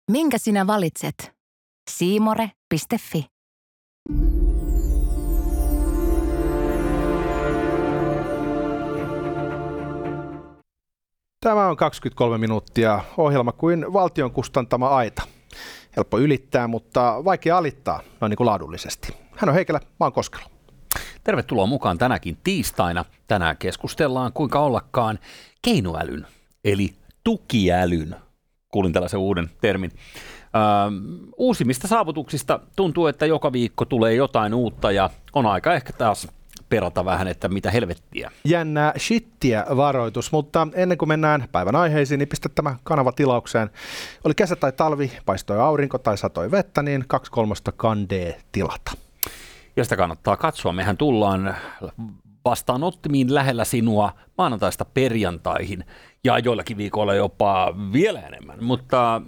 Minkä sinä valitset? Siimore.fi. Tämä on 23 minuuttia ohjelma kuin valtion kustantama aita. Helppo ylittää, mutta vaikea alittaa noin niin kuin laadullisesti. Hän on Heikelä, mä oon Koskelo. Tervetuloa mukaan tänäkin tiistaina. Tänään keskustellaan kuinka ollakaan keinoälyn, eli tukiälyn. Kuulin tällaisen uuden termin. Uusimmista saavutuksista tuntuu, että joka viikko tulee jotain uutta ja on aika ehkä taas perata vähän, että mitä helvettiä. Jännää shittiä varoitus, mutta ennen kuin mennään päivän aiheisiin, niin pistä tämä kanava tilaukseen. Oli kesä tai talvi, paistoi aurinko tai satoi vettä, niin 2/3 kandee tilata. Ja sitä kannattaa katsoa. Mehän tullaan vastaanottimiin lähellä sinua maanantaista perjantaihin ja joillakin viikoilla jopa vielä enemmän. Mutta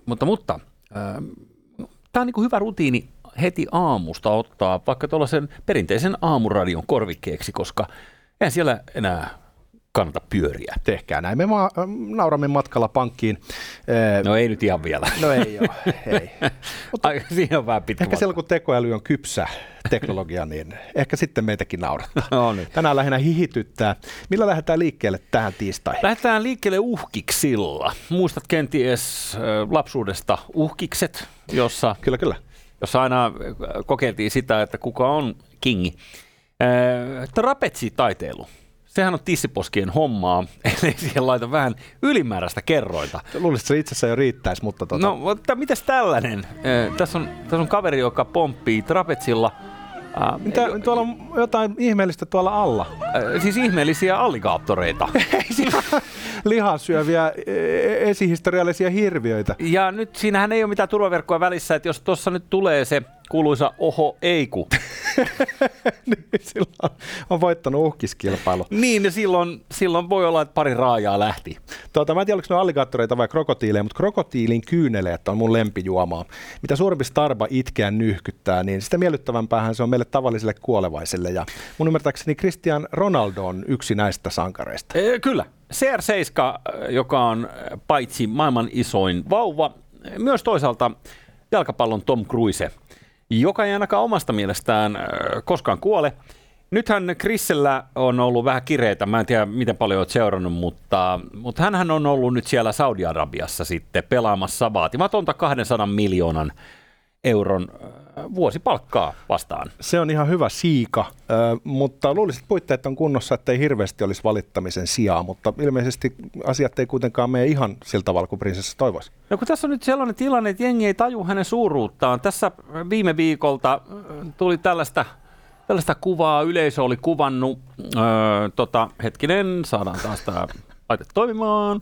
tämä on niin kuin hyvä rutiini heti aamusta ottaa vaikka tuollaisen perinteisen aamuradion korvikkeeksi, koska eihän siellä enää kannata pyöriä. Tehkää näin. Me nauramme matkalla pankkiin. No ei nyt ihan vielä. No ei ole, ei. Mutta siinä on vähän pitkä ehkä siellä kun tekoäly on kypsä teknologia, niin ehkä sitten meitäkin naurattaa. No niin. Tänään lähinnä hihityttää. Millä lähdetään liikkeelle tähän tiistaihin? Lähdetään liikkeelle uhkiksilla. Muistat kenties lapsuudesta uhkikset, jossa aina kokeiltiin sitä, että kuka on kingi. Trapetsitaiteilu. Sehän on tissiposkien hommaa, eli siihen laita vähän ylimääräistä kerrointa. Luulisin, että se itsessä jo riittäisi, mutta No, mutta mitäs tällainen? Tässä on kaveri, joka pomppii trapetsilla. Tuolla on jotain ihmeellistä tuolla alla. Siis ihmeellisiä alligaattoreita. Lihan syöviä esihistoriallisia hirviöitä. Ja nyt siinähän ei ole mitään turvaverkkoa välissä, että jos tuossa nyt tulee se kuuluisa oho eiku. Niin, silloin on voittanut uhkiskilpailu. Niin, ja silloin voi olla, että pari raajaa lähti. Mä en tiedä, oliko ne alligaattoreita vai krokotiileja, mutta krokotiilin kyyneleet on mun lempijuomaa. Mitä suurempi starba itkeä nyhkyttää, niin sitä miellyttävämpäähän se on meille tavallisille kuolevaisille. Ja mun ymmärtääkseni Cristiano Ronaldo on yksi näistä sankareista. Kyllä. CR7, joka on paitsi maailman isoin vauva, myös toisaalta jalkapallon Tom Cruise, joka ei ainakaan omasta mielestään koskaan kuole. Nythän Chrisellä on ollut vähän kireitä, mä en tiedä miten paljon olet seurannut, mutta hänhän on ollut nyt siellä Saudi-Arabiassa sitten pelaamassa vaatimatonta 200 miljoonan euron vuosipalkkaa vastaan. Se on ihan hyvä siika, mutta luulisin, että puitteet on kunnossa, että ei hirveästi olisi valittamisen sijaa, mutta ilmeisesti asiat ei kuitenkaan mene ihan sillä tavalla kuin prinsessa toivoisi. No kun tässä on nyt sellainen tilanne, että jengi ei taju hänen suuruuttaan. Tässä viime viikolta tuli tällaista kuvaa, yleisö oli kuvannut, saadaan taas tämä laite toimimaan,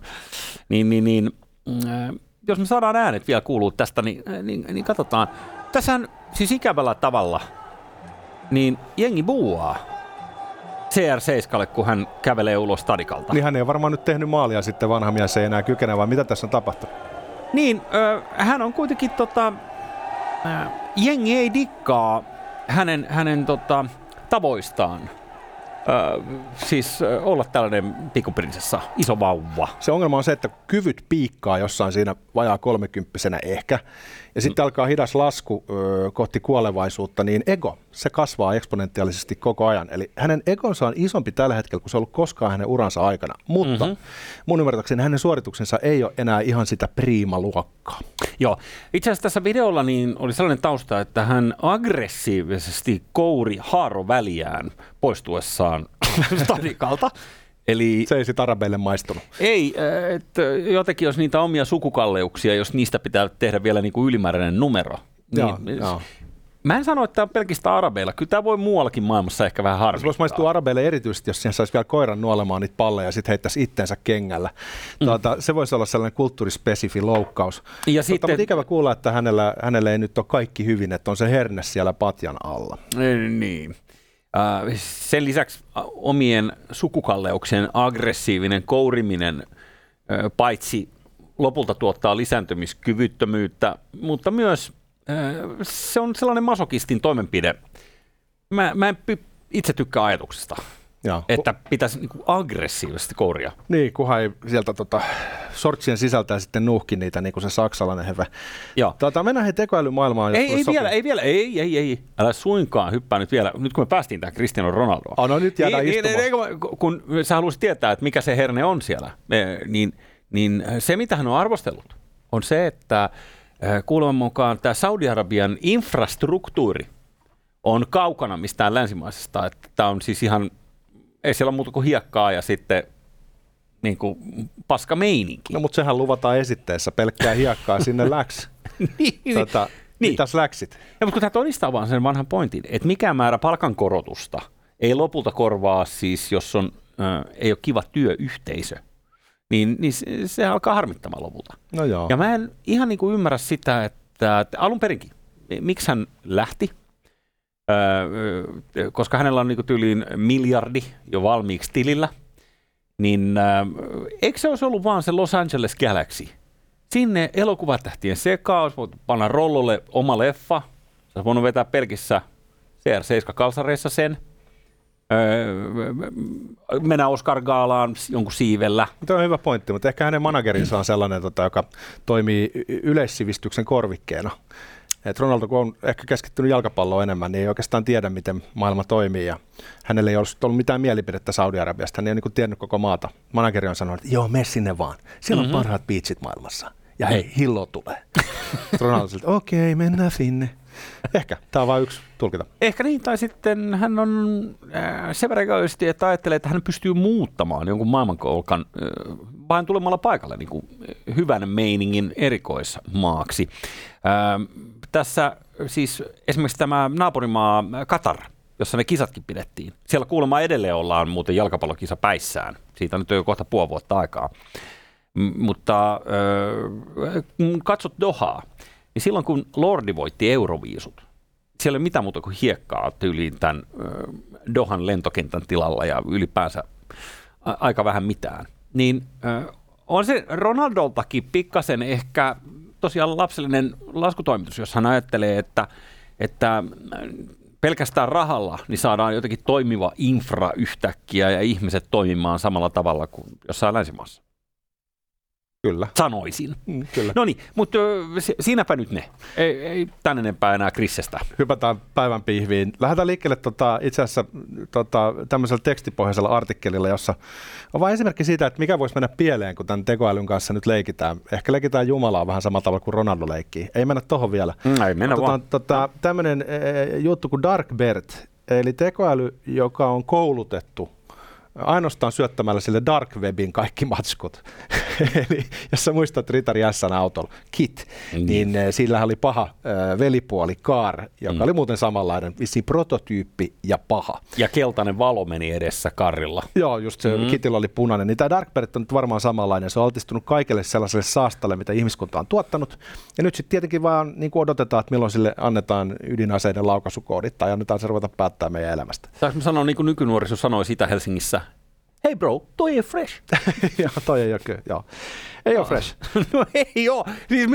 jos me saadaan äänet vielä kuuluu tästä, niin katsotaan. Tässähän siis ikävällä tavalla, niin jengi buuaa CR7, kun hän kävelee ulos stadikalta. Niin hän ei varmaan nyt tehnyt maalia sitten, vanha mies ei enää kykene, vaan mitä tässä on tapahtunut? Niin, hän on kuitenkin jengi ei dikkaa hänen tavoistaan. Siis olla tällainen pikkuprinsessa, iso vauva. Se ongelma on se, että kyvyt piikkaa jossain siinä vajaa 30-vuotiaana ehkä, ja sitten alkaa hidas lasku kohti kuolevaisuutta, niin ego, se kasvaa eksponentiaalisesti koko ajan. Eli hänen egonsa on isompi tällä hetkellä, kuin se on ollut koskaan hänen uransa aikana. Mutta mun ymmärtääkseni hänen suorituksensa ei ole enää ihan sitä priimaluokkaa. Joo. Itse asiassa tässä videolla niin oli sellainen tausta, että hän aggressiivisesti kouri haaroväliään poistuessaan stadikalta. Eli se ei sitten arabeille maistunut. Ei, että jotenkin jos niitä omia sukukalleuksia, jos niistä pitää tehdä vielä niin kuin ylimääräinen numero. Niin, joo. Mä en sano, että tämä on pelkästään arabeilla. Kyllä tämä voi muuallakin maailmassa ehkä vähän harmittaa. Se voisi maistua arabeille erityisesti, jos siihen saisi vielä koiran nuolemaan niitä palleja ja sitten heittäisi itsensä kengällä. Se voisi olla sellainen kulttuurispesifi loukkaus. Ja sitten, mutta ikävä kuulla, että hänellä ei nyt ole kaikki hyvin, että on se herne siellä patjan alla. Niin. Sen lisäksi omien sukukalleuksien aggressiivinen kouriminen paitsi lopulta tuottaa lisääntymiskyvyttömyyttä, mutta myös se on sellainen masokistin toimenpide. Mä en itse tykkää ajatuksesta. että pitäisi niin kuin aggressiivisesti kouria. Niin, kunhan ei sieltä sortsien sisältää sitten nuuhki niitä, niin kuin se saksalainen heve. Mennään hei tekoälymaailmaan. Ei vielä. Älä suinkaan hyppää nyt vielä. Nyt kun me päästiin tähän Cristiano Ronaldoon. No nyt jäädään istumaan. Kun sä haluaisit tietää, että mikä se herne on siellä, niin se, mitä hän on arvostellut, on se, että kuuleman mukaan tämä Saudi-Arabian infrastruktuuri on kaukana mistään länsimaisesta. Että tämä on siis ihan, ei siellä ole muuta kuin hiekkaa ja sitten niin kuin paska meininki. No mutta sehän luvataan esitteessä, pelkkää hiekkaa sinne läks. Mitäs läksit? Ja, mutta kun tämä todistaa vaan sen vanhan pointin, että mikään määrä palkankorotusta ei lopulta korvaa siis, jos ei ole kiva työyhteisö, niin se alkaa harmittamaan lopulta. No joo. Ja mä en ihan niin kuin ymmärrä sitä, että alun perinkin, miksi hän lähti, koska hänellä on niin kuin tyyliin miljardi jo valmiiksi tilillä, niin eikö se olisi ollut vaan se Los Angeles Galaxy? Sinne elokuvatähtien sekaan, olisi voinut panna rollolle oma leffa, se olisi voinut vetää pelkissä CR7-kalsareissa sen, mennä Oscar-gaalaan jonkun siivellä. Tämä on hyvä pointti, mutta ehkä hänen managerinsa on sellainen, joka toimii yleissivistyksen korvikkeena. Et Ronaldo, kun on ehkä keskittynyt jalkapalloon enemmän, niin ei oikeastaan tiedä, miten maailma toimii. Ja hänellä ei olisi ollut mitään mielipidettä Saudi-Arabiasta, hän ei ole niin tiennyt koko maata. Manageri on sanonut, että joo, mene sinne vaan. Siellä on parhaat beachit maailmassa. Ja hei, hillo tulee. Ronaldo sanoi, okei, mennään sinne. Ehkä. Tämä on vain yksi tulkita. Ehkä niin, tai sitten hän on sen verran egoisti, että ajattelee, että hän pystyy muuttamaan jonkun maailmankolkan vain tulemalla paikalle niin kuin hyvän meiningin erikoismaaksi. Tässä siis esimerkiksi tämä naapurimaa Katar, jossa ne kisatkin pidettiin. Siellä kuulemma edelleen ollaan muuten jalkapallokisa päissään. Siitä nyt on jo kohta puoli vuotta aikaa. Mutta kun katsot Dohaa, niin silloin kun Lordi voitti Euroviisut, siellä ei ole mitään muuta kuin hiekkaa tyyliin tämän Dohan lentokentän tilalla ja ylipäänsä aika vähän mitään. Niin on se Ronaldoltakin pikkasen ehkä tosiaan lapsellinen laskutoimitus, jos hän ajattelee, että pelkästään rahalla niin saadaan jotenkin toimiva infra yhtäkkiä ja ihmiset toimimaan samalla tavalla kuin jossain länsimaassa. Kyllä. Sanoisin. Kyllä. No niin, mutta siinäpä nyt ne. Ei tän enempää enää Krissestä. Hypätään päivän pihviin. Lähdetään liikkeelle itse asiassa tämmöisellä tekstipohjaisella artikkelilla, jossa on vain esimerkki siitä, että mikä voisi mennä pieleen, kun tämän tekoälyn kanssa nyt leikitään. Ehkä leikitään Jumalaa vähän samalla tavalla kuin Ronaldo leikkii. Ei mennä tohon vielä. Ei mennä vaan. Tämmöinen juttu kuin Darkbert, eli tekoäly, joka on koulutettu ainoastaan syöttämällä sille dark webin kaikki matskut. Eli jos sä muistat Ritari S:n autolla, Kit, niin sillä oli paha velipuoli Car, joka oli muuten samanlainen, vissiin prototyyppi ja paha. Ja keltainen valo meni edessä Carrilla. Joo, just se Kitillä oli punainen. Niin tämä Darkbert on nyt varmaan samanlainen. Se on altistunut kaikelle sellaiselle saastalle, mitä ihmiskunta on tuottanut. Ja nyt sitten tietenkin vaan niin kuin odotetaan, että milloin sille annetaan ydinaseiden laukaisukoodit tai annetaan se ruveta päättää meidän elämästä. Saanko mä sanoa, niin kuin nykynuoriso sanoi sitä Helsingissä? Hei bro, toi ei fresh. Joo, toi ei ole kyllä, joo. Ei ole fresh. No ei ole. Siis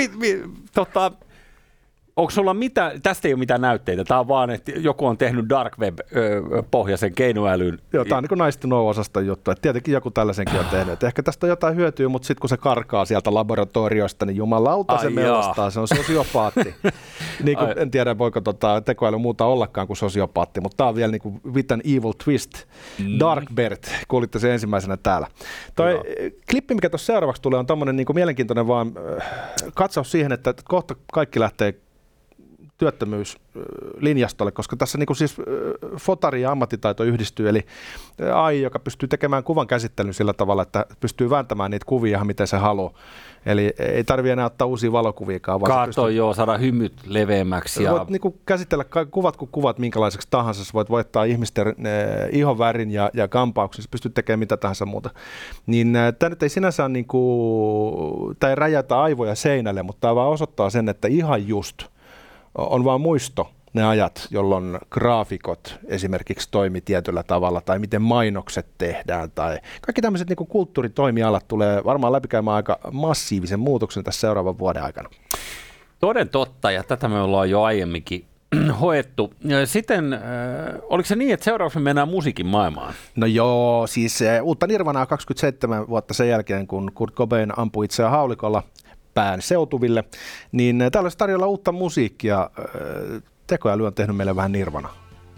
onko sulla tästä ei ole mitään näytteitä, tämä on vaan, että joku on tehnyt dark web-pohjaisen keinoälyn. Joo, tämä on niin kuin nice to know-osaston juttu, että tietenkin joku tällaisenkin on tehnyt. Että ehkä tästä on jotain hyötyä, mutta sitten kun se karkaa sieltä laboratoriosta, niin jumalauta se melastaa, se on sosiopaatti. Niin kuin, en tiedä, voiko tekoäly muuta ollakaan kuin sosiopaatti, mutta tämä on vielä niin kuin with an evil twist. Darkbert, kuulitte sen ensimmäisenä täällä. Toi klippi, mikä tuossa seuraavaksi tulee, on tommoinen niin kuin mielenkiintoinen vaan katsaus siihen, että kohta kaikki lähtee työttömyyslinjastolle, koska tässä niin kuin siis fotari ja ammattitaito yhdistyy, eli AI, joka pystyy tekemään kuvan käsittelyn sillä tavalla, että pystyy vääntämään niitä kuvia, miten se haluaa. Eli ei tarvitse enää ottaa uusia valokuviakaan. Saada hymyt leveämmäksi. Voit niin kuin käsitellä kuvat kuin kuvat minkälaiseksi tahansa. Sä voit voittaa ihmisten ihon värin ja kampauksen. Sä pystyt tekemään mitä tahansa muuta. Niin tämä nyt ei sinänsä niin kuin, tämä ei räjäytä aivoja seinälle, mutta tämä vaan osoittaa sen, että ihan just on vaan muisto ne ajat, jolloin graafikot esimerkiksi toimi tietyllä tavalla, tai miten mainokset tehdään, tai kaikki tämmöiset niin kuin kulttuuritoimialat tulee varmaan läpikäymään aika massiivisen muutoksen tässä seuraavan vuoden aikana. Toden totta, ja tätä me ollaan jo aiemminkin hoettu. Sitten, oliko se niin, että seuraavaksi me mennään musiikin maailmaan? No joo, siis uutta Nirvanaa 27 vuotta sen jälkeen, kun Kurt Cobain ampui itseään haulikolla pään seutuville, niin täällä olisi tarjolla uutta musiikkia. Tekoäly on tehnyt meille vähän Nirvanaa.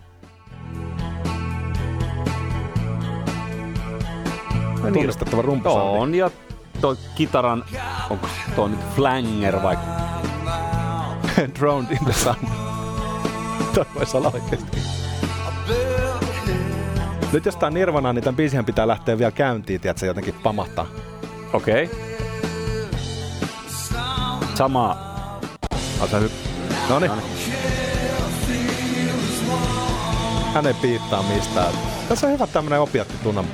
Tunnistettava rumpusoundi. On, ja toi kitaran, onko toi nyt flanger vai? Drowned in the sun. Toi voisi olla oikeasti. Nyt jos tää on Nirvanaa, niin tämän biisihän pitää lähteä vielä käyntiin, tiedätkö, jotenkin pamahtaa. Okei. Sama. Noniin. Hän ei piittaa mistään. Tässä on hyvä tämmönen opiattitunnelma.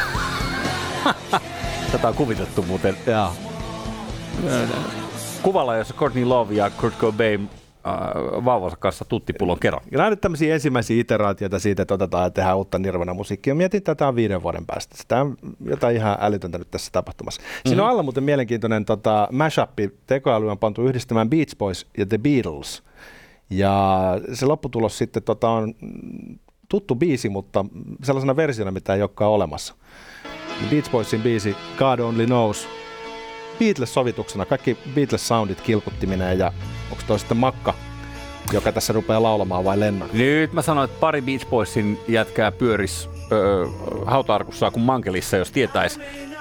Tätä on kuvitettu muuten. Jaa. Kuvalla, jossa Courtney Love ja Kurt Cobain vauvansa kanssa tuttipullon kerran. Ja nämä nyt tämmöisiä ensimmäisiä iteraatioita siitä, että otetaan ja tehdään uutta Nirvana-musiikkia. Mietin tätä 5 vuoden päästä. Tämä on jotain ihan älytöntä nyt tässä tapahtumassa. Siinä on alla muuten mielenkiintoinen mashup. Tekoäly on pantu yhdistämään Beach Boys ja The Beatles. Ja se lopputulos sitten on tuttu biisi, mutta sellaisena versiona, mitä ei olekaan olemassa. Beach Boysin biisi God Only Knows. Beatles-sovituksena, kaikki Beatles-soundit kilkuttiminen ja onko toi sitten Makka, joka tässä rupeaa laulamaan vai Lennon? Nyt mä sanoin, että pari Beach Boysin jätkää pyöris hauta-arkussa kuin mankelissa, jos tietäis.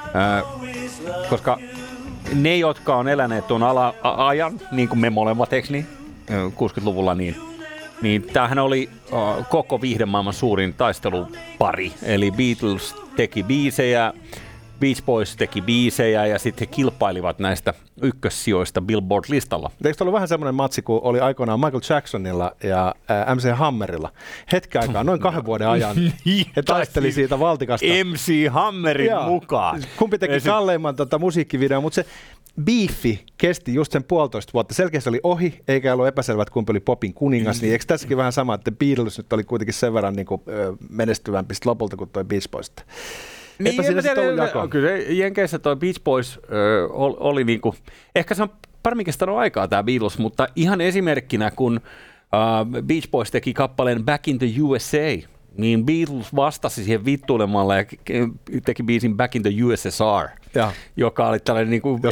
Koska ne, jotka on eläneet tuon ajan, niin kuin me molemmat, eikö niin? 60-luvulla, niin tämähän oli koko viihdemaailman suurin taistelupari. Eli Beatles teki biisejä, Beach Boys teki biisejä ja sitten he kilpailivat näistä ykkössijoista Billboard-listalla. Eikö se ollut vähän semmoinen matsi, kun oli aikoinaan Michael Jacksonilla ja MC Hammerilla hetken aikaa, noin 2 vuoden ajan. He taisteli siitä valtikasta. MC Hammerin mukaan. Kumpi teki kalleimman musiikkivideon, mutta se biifi kesti just sen 1,5 vuotta. Selkeästi oli ohi, eikä ollut epäselvä, että kumpi oli popin kuningas. Niin eikö tässäkin vähän sama, että Beatles nyt oli kuitenkin sen verran niin kuin, menestyvämpi lopulta kuin toi Beach Boys. Niin, kyllä Jenkeissä toi Beach Boys oli niinku, ehkä se on paremmin kestänyt aikaa tää Beatles, mutta ihan esimerkkinä, kun Beach Boys teki kappaleen Back in the USA, niin Beatles vastasi siihen vittuilemalla ja teki biisin Back in the USSR, joka oli tällainen niinku,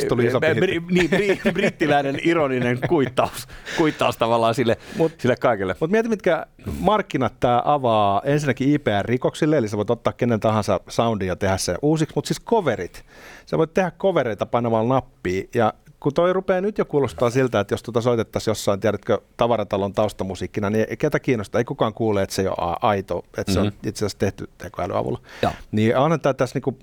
brittiläinen ironinen kuittaus tavallaan sille kaikille. Mutta mieti, mitkä markkinat tämä avaa ensinnäkin IPR-rikoksille, eli sä voit ottaa kenen tahansa soundin ja tehdä se uusiksi, mutta siis coverit. Sä voit tehdä covereita painamalla nappia, ja kun toi rupeaa nyt jo kuulostaa siltä, että jos soitettaisiin jossain, tiedätkö, tavaratalon taustamusiikkiina, niin ketä kiinnostaa, ei kukaan kuule, että se ei ole aito, että se on itse asiassa tehty tekoälyn avulla. Niin onhan tämä tässä niinku,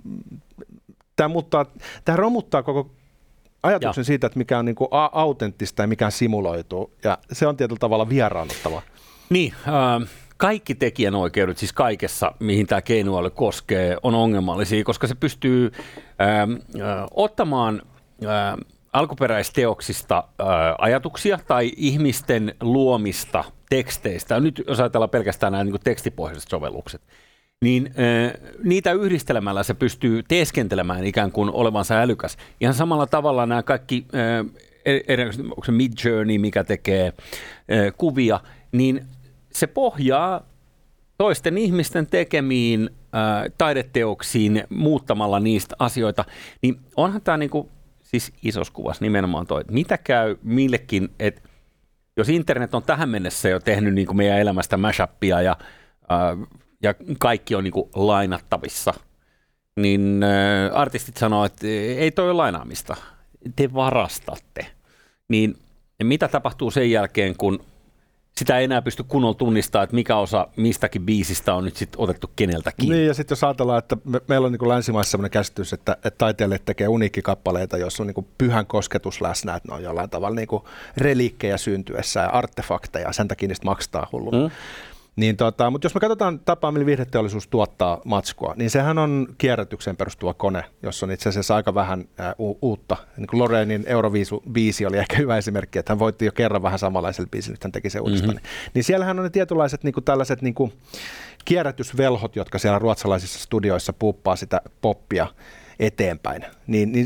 tämä romuttaa koko ajatuksen siitä, että mikä on niinku autenttista ja mikä on simuloitu, ja se on tietyllä tavalla vieraannuttavaa. Niin, kaikki tekijänoikeudet, siis kaikessa, mihin tämä keinoäly koskee, on ongelmallisia, koska se pystyy ottamaan alkuperäisteoksista ajatuksia tai ihmisten luomista teksteistä. Nyt jos ajatellaan pelkästään nämä niin tekstipohjaiset sovellukset, niin niitä yhdistelemällä se pystyy teeskentelemään ikään kuin olevansa älykäs. Ihan samalla tavalla nämä kaikki, onko se Midjourney, mikä tekee kuvia, niin se pohjaa toisten ihmisten tekemiin taideteoksiin muuttamalla niistä asioita. Niin onhan tämä niinku siis isossa kuvassa nimenomaan toi, että mitä käy millekin, että jos internet on tähän mennessä jo tehnyt niin kuin meidän elämästä mashupia ja kaikki on niin kuin lainattavissa, niin artistit sanoo, että ei toi ole lainaamista, te varastatte. Niin mitä tapahtuu sen jälkeen, kun sitä ei enää pysty kunnolla tunnistamaan, että mikä osa mistäkin biisistä on nyt sitten otettu keneltäkin. Niin, ja sitten jos ajatellaan, että meillä on niin kuin länsimaissa sellainen käsitys, että taiteilijat tekee uniikkikappaleita, joissa on niin kuin pyhän kosketus läsnä, että ne on jollain tavalla niin kuin reliikkejä syntyessä ja artefakteja, sen takia niistä maksetaan hulluna. Niin mutta jos me katsotaan tapaa, millä viihdeteollisuus tuottaa matskua, niin sehän on kierrätykseen perustuva kone, jossa on itse asiassa aika vähän uutta. Niin kuin Lorenin Euroviisi oli ehkä hyvä esimerkki, että hän voitti jo kerran vähän samanlaisella biisillä, nyt hän teki se uudestaan. Niin siellähän on ne tietynlaiset niin kuin tällaiset niin kuin kierrätysvelhot, jotka siellä ruotsalaisissa studioissa puuppaa sitä poppia eteenpäin. Niin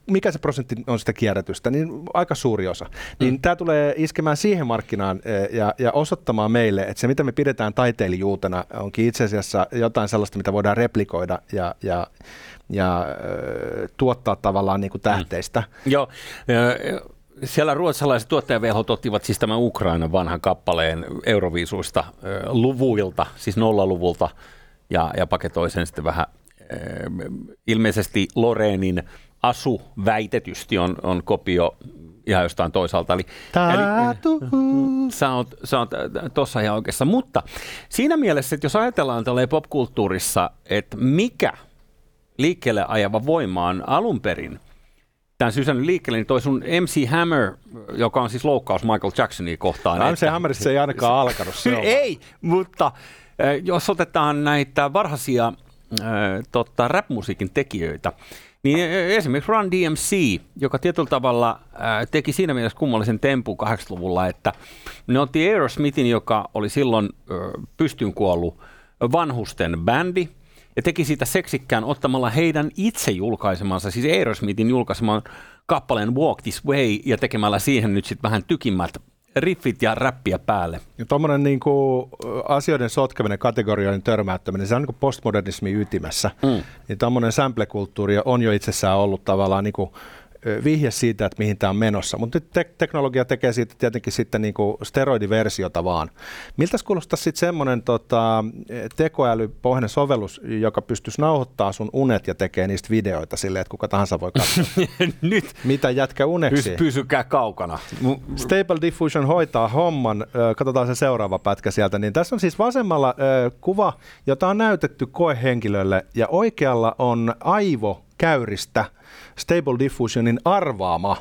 mikä se prosentti on sitä kierrätystä, niin aika suuri osa. Niin tämä tulee iskemään siihen markkinaan ja osoittamaan meille, että se mitä me pidetään taiteilijuutena onkin itse asiassa jotain sellaista, mitä voidaan replikoida ja tuottaa tavallaan niin kuin tähteistä. Joo, siellä ruotsalaiset tuottajavelhot ottivat siis tämän Ukrainan vanhan kappaleen Euroviisuista luvuilta, siis 0-luvulta, ja paketoi sen sitten vähän ilmeisesti Lorenin Asu väitetysti on kopio ihan jostain toisaalta. Eli sä oot tossa ihan oikeassa. Mutta siinä mielessä, että jos ajatellaan tälleen popkulttuurissa, että mikä liikkeelle ajava voima on alun perin tämän sysänyt liikkeelle, niin toi sun MC Hammer, joka on siis loukkaus Michael Jacksonia kohtaan. MC Hammerissa ei ainakaan alkanut. Se ei, mutta jos otetaan näitä varhaisia rap-musiikin tekijöitä, niin esimerkiksi Run DMC, joka tietyllä tavalla teki siinä mielessä kummallisen tempun 80-luvulla, että ne otti Aerosmithin, joka oli silloin pystyyn kuollut vanhusten bändi, ja teki siitä seksikkään ottamalla heidän itse julkaisemansa, siis Aerosmithin julkaiseman kappaleen Walk This Way, ja tekemällä siihen nyt sitten vähän tykimmät riffit ja räppiä päälle. Ja tuommoinen niinku asioiden sotkeminen, kategorioiden törmäyttäminen, se on niinku postmodernismin ytimessä. Niin tuommoinen sample-kulttuuri on jo itsessään ollut tavallaan niinku vihje siitä, että mihin tämä on menossa. Mutta nyt teknologia tekee siitä tietenkin sitten niinku steroidiversiota vaan. Miltä kuulostaa sitten semmoinen tekoälypohjainen sovellus, joka pystyisi nauhoittamaan sun unet ja tekee niistä videoita silleen, että kuka tahansa voi katsoa. Nyt mitä jätkä uneksi. Pysykää kaukana. Stable Diffusion hoitaa homman. Katsotaan se seuraava pätkä sieltä. Niin tässä on siis vasemmalla kuva, jota on näytetty koehenkilölle, ja oikealla on aivokäyristä Stable Diffusionin arvaama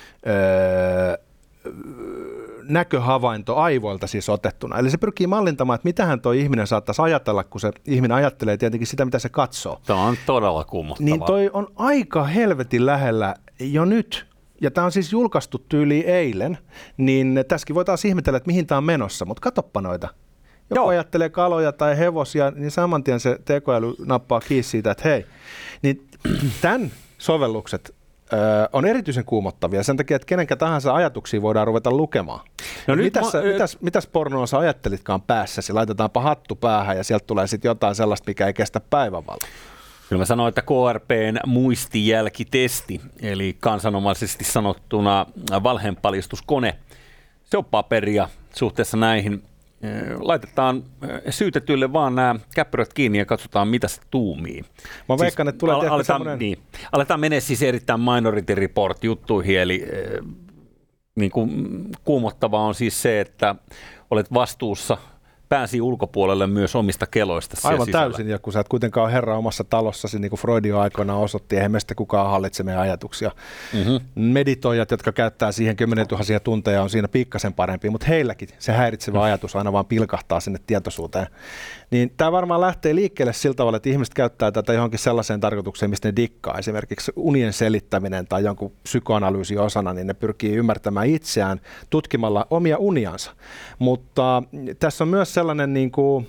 näköhavainto aivoilta siis otettuna. Eli se pyrkii mallintamaan, että mitähän tuo ihminen saattaisi ajatella, kun se ihminen ajattelee tietenkin sitä, mitä se katsoo. Tämä on todella kummottavaa. Niin toi on aika helvetin lähellä jo nyt. Ja tämä on siis julkaistu tyyliin eilen, niin tässäkin voi taas ihmetellä, että mihin tämä on menossa, mutta katsoppa noita. Joku ajattelee kaloja tai hevosia, niin saman tien se tekoäly nappaa kiinni siitä, että hei, niin tämän sovellukset on erityisen kuumottavia sen takia, että kenenkä tahansa ajatuksia voidaan ruveta lukemaan. No mitäs pornoa sä ajattelitkaan päässäsi? Laitetaanpa hattu päähän ja sieltä tulee sitten jotain sellaista, mikä ei kestä päivänvaloa. Kyllä mä sanoin, että KRPn muistijälkitesti, eli kansanomaisesti sanottuna valheenpaljastuskone, se on paperia suhteessa näihin. Laitetaan syytetylle vaan nämä käppyrät kiinni ja katsotaan, mitä se tuumii. Mä veikkaan, että tulee semmoinen... Aletaan mennä siis erittäin Minority Report-juttuihin, eli niin kuin kuumottavaa on siis se, että olet vastuussa pääsi ulkopuolelle myös omista keloista. Aivan täysin, ja kun sä et kuitenkaan ole herra omassa talossasi, niin kuin Freud jo aikoinaan osoitti, eihän meistä kukaan hallitse meidän ajatuksia. Meditoijat, jotka käyttää siihen 10 000 tunteja, on siinä pikkasen parempi, mutta heilläkin se häiritsevä ajatus aina vaan pilkahtaa sinne tietoisuuteen. Niin tämä varmaan lähtee liikkeelle sillä tavalla, että ihmiset käyttää tätä johonkin sellaiseen tarkoitukseen, mistä ne dikkaa. Esimerkiksi unien selittäminen tai jonkun psykoanalyysin osana, niin ne pyrkii ymmärtämään itseään tutkimalla omia uniansa. Mutta tässä on myös sellainen niin kuin,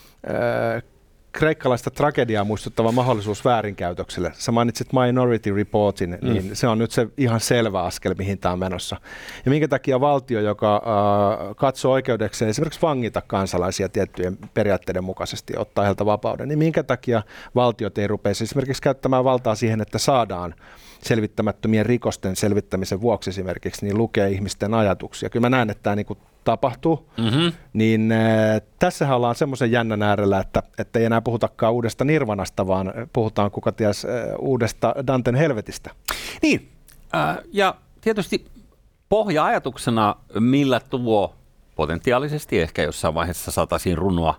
kreikkalaista tragediaa muistuttava mahdollisuus väärinkäytökselle. Sä mainitsit Minority Reportin, niin se on nyt se ihan selvä askel, mihin tämä on menossa. Ja minkä takia valtio, joka katsoo oikeudekseen esimerkiksi vangita kansalaisia tiettyjen periaatteiden mukaisesti ja ottaa heiltä vapauden, niin minkä takia valtiot ei rupeisi esimerkiksi käyttämään valtaa siihen, että saadaan selvittämättömien rikosten selvittämisen vuoksi esimerkiksi niin lukee ihmisten ajatuksia. Kyllä mä näen, että tämä niin kuin tapahtuu, niin tässähän ollaan semmoisen jännän äärellä, että ei enää puhutakaan uudesta Nirvanasta, vaan puhutaan kuka ties uudesta Danten helvetistä. Niin, ja tietysti pohja-ajatuksena, millä tuo potentiaalisesti ehkä jossain vaiheessa saataisiin runoa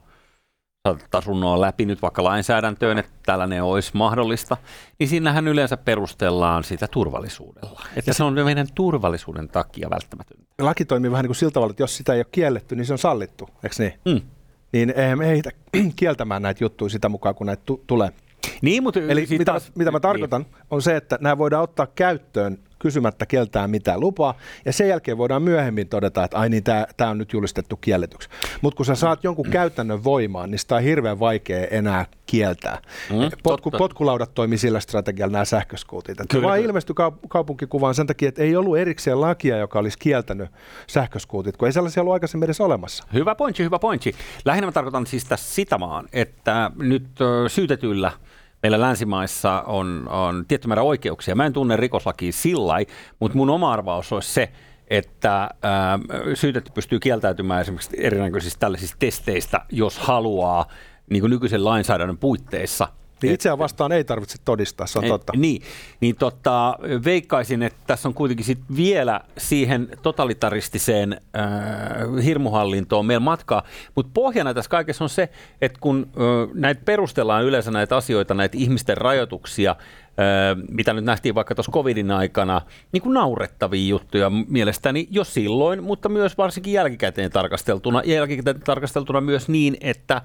läpi nyt vaikka lainsäädäntöön, että tällainen olisi mahdollista, niin siinähän yleensä perustellaan sitä turvallisuudella. Että se on meidän turvallisuuden takia välttämätöntä. Laki toimii vähän niin kuin sillä tavalla, että jos sitä ei ole kielletty, niin se on sallittu, eikö niin? Niin eihän me heitä kieltämään näitä juttuja sitä mukaan, kun näitä tulee. Niin, mutta eli mitä mä tarkoitan, on se, että nämä voidaan ottaa käyttöön kysymättä keltään mitään lupaa, ja sen jälkeen voidaan myöhemmin todeta, että ai niin, tämä on nyt julistettu kielletyksi. Mutta kun sä saat jonkun käytännön voimaan, niin sitä on hirveän vaikea enää kieltää. Potkulaudat toimii sillä strategialla nämä sähköskuutit. Se vaan ilmestyi kaupunkikuvaan sen takia, että ei ollut erikseen lakia, joka olisi kieltänyt sähköskuutit, kun ei sellaisia ollut aikaisemmin edes olemassa. Hyvä pointsi. Lähinnä mä tarkoitan siis tässä sitä maan, että nyt syytetyllä meillä länsimaissa on tietty määrä oikeuksia. Mä en tunne rikoslakia sillai, mutta mun oma arvaus olisi se, että syytetty pystyy kieltäytymään esimerkiksi erinäköisistä tällaisista testeistä, jos haluaa niin kuin nykyisen lainsäädännön puitteissa. Niin itseään vastaan ei tarvitse todistaa, se on totta. Veikkaisin, että tässä on kuitenkin sit vielä siihen totalitaristiseen hirmuhallintoon meillä matkaa, mutta pohjana tässä kaikessa on se, että kun näitä perustellaan yleensä näitä asioita, näitä ihmisten rajoituksia, mitä nyt nähtiin vaikka tuossa covidin aikana, niin kuin naurettavia juttuja mielestäni jo silloin, mutta myös varsinkin jälkikäteen tarkasteltuna myös niin, että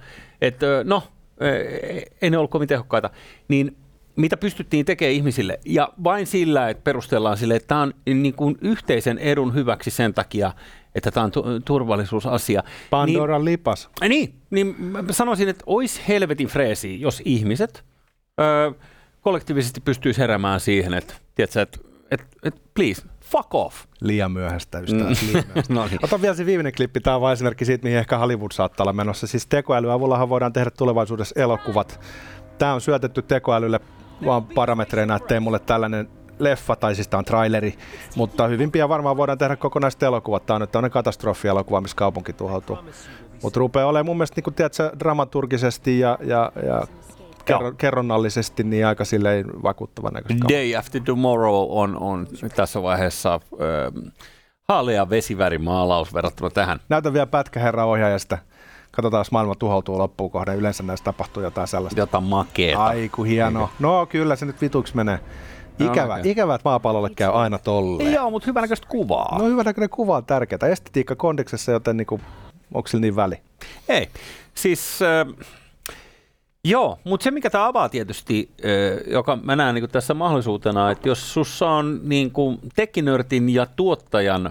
ei ne ollut kovin tehokkaita, niin mitä pystyttiin tekemään ihmisille, ja vain sillä, että perustellaan sille, että tämä on niin kuin yhteisen edun hyväksi sen takia, että tämä on turvallisuusasia. Pandoran lipas. Niin mä sanoisin, että olisi helvetin freesi, jos ihmiset kollektiivisesti pystyisi heräämään siihen, että please, fuck off. Liian myöhäistä, ystävästi. Ota vielä se viimeinen klippi. Tämä on vain esimerkki siitä, mihin ehkä Hollywood saattaa olla menossa. Siis tekoälyn avullahan voidaan tehdä tulevaisuudessa elokuvat. Tämä on syötetty tekoälylle vaan parametreina, että tee mulle tällainen leffa, tai siis tämä on traileri, mutta hyvin pian varmaan voidaan tehdä kokonaiset elokuvat. Tämä on nyt tämmöinen katastrofielokuva, missä kaupunki tuhoutuu. Mutta rupeaa olemaan mun mielestä, niin tiedätkö, dramaturgisesti ja kerronnallisesti niin aika silleen vakuuttavan näköistä. Day After Tomorrow on tässä vaiheessa haalea vesivärimaalaus verrattuna tähän. Näytän vielä pätkä herra ohjaajasta. Katsotaan, jos maailma tuhoutuu loppuun kohden. Yleensä näissä tapahtuu jotain sellaista. Jotain makeeta. Ai kun hieno. No kyllä se nyt vituiksi menee. Ikävä, että maapallolle käy aina tolleen. Joo, mutta hyvänäköistä kuvaa. No hyvänäköinen kuva on tärkeää. Estetiikka kondeksessa, joten niinku, onko sillä niin väli? Ei. Siis joo, mutta se mikä tämä avaa tietysti, joka mä näen niin tässä mahdollisuutena, että jos sussa on niin tekkinörtin ja tuottajan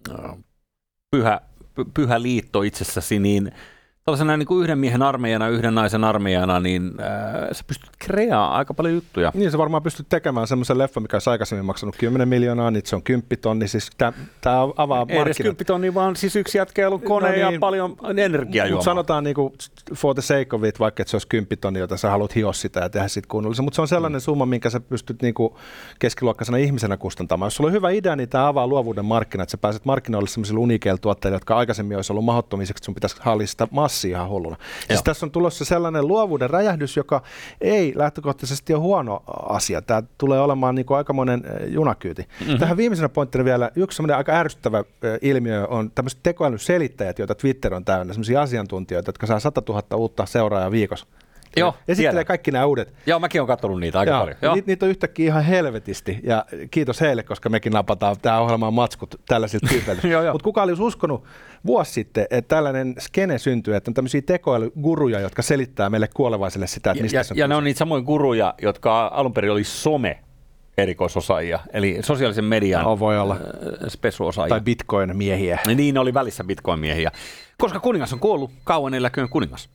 pyhä liitto itsessäsi, niin tällaisena niin kuin yhden miehen armeijana, yhden naisen armeijana, niin sä pystyt kreaamaan aika paljon juttuja. Niin, sä varmaan pystyt tekemään semmoisen leffan, mikä olisi aikaisemmin maksanut 10 miljoonaa, niin se on 10 tonni, siis tämä avaa markkinat. Ei edes 10 tonni, vaan siis yksi jätkeilun kone ja paljon energiaa juomaan. Mutta sanotaan niin kuin for the sake of it, vaikka että se olisi 10 tonni, jota sä haluat hioa sitä ja tehdä siitä kunnollisen, mutta se on sellainen summa, minkä sä pystyt niin kuin keskiluokkaisena ihmisenä kustantamaan. Jos sulla on hyvä idea, niin tämä avaa luovuuden markkinat, että sä pääset markkinoille sellaisille uniikeille tuotteille, jotka aikaisemmin olisi ollut mahdottomiseksi, että sun pitäisi hallita sitä massia ihan hulluna. Siis tässä on tulossa sellainen luovuuden räjähdys, joka ei lähtökohtaisesti ole huono asia. Tämä tulee olemaan niin kuin aikamoinen junakyyti. Tähän viimeisenä pointtina vielä yksi sellainen aika ärsyttävä ilmiö on tämmöiset tekoälyn selittäjät, joita Twitter on täynnä, sellaisia asiantuntijoita, jotka saa 100 000 uutta seuraajaa viikossa. Joo, esittelee kaikki nämä uudet. Joo, mäkin olen katsonut niitä aika paljon. Niitä on yhtäkkiä ihan helvetisti, ja kiitos heille, koska mekin napataan tämä ohjelman matskut tällaisilta tyypeiltä. Mutta kuka olisi uskonut vuosi sitten, että tällainen skene syntyy, että on tämmöisiä tekoälyguruja, jotka selittää meille kuolevaisille sitä, että mistä se on. Ja ne on niitä samoja guruja, jotka alun perin oli some-erikoisosaajia, eli sosiaalisen median voi olla spesuosaajia. Tai bitcoin-miehiä. Niin, oli välissä bitcoin-miehiä. Koska kuningas on kuollut, kauan eläköön kuningas.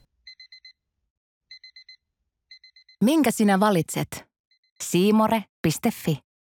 Minkä sinä valitset? Siimore.fi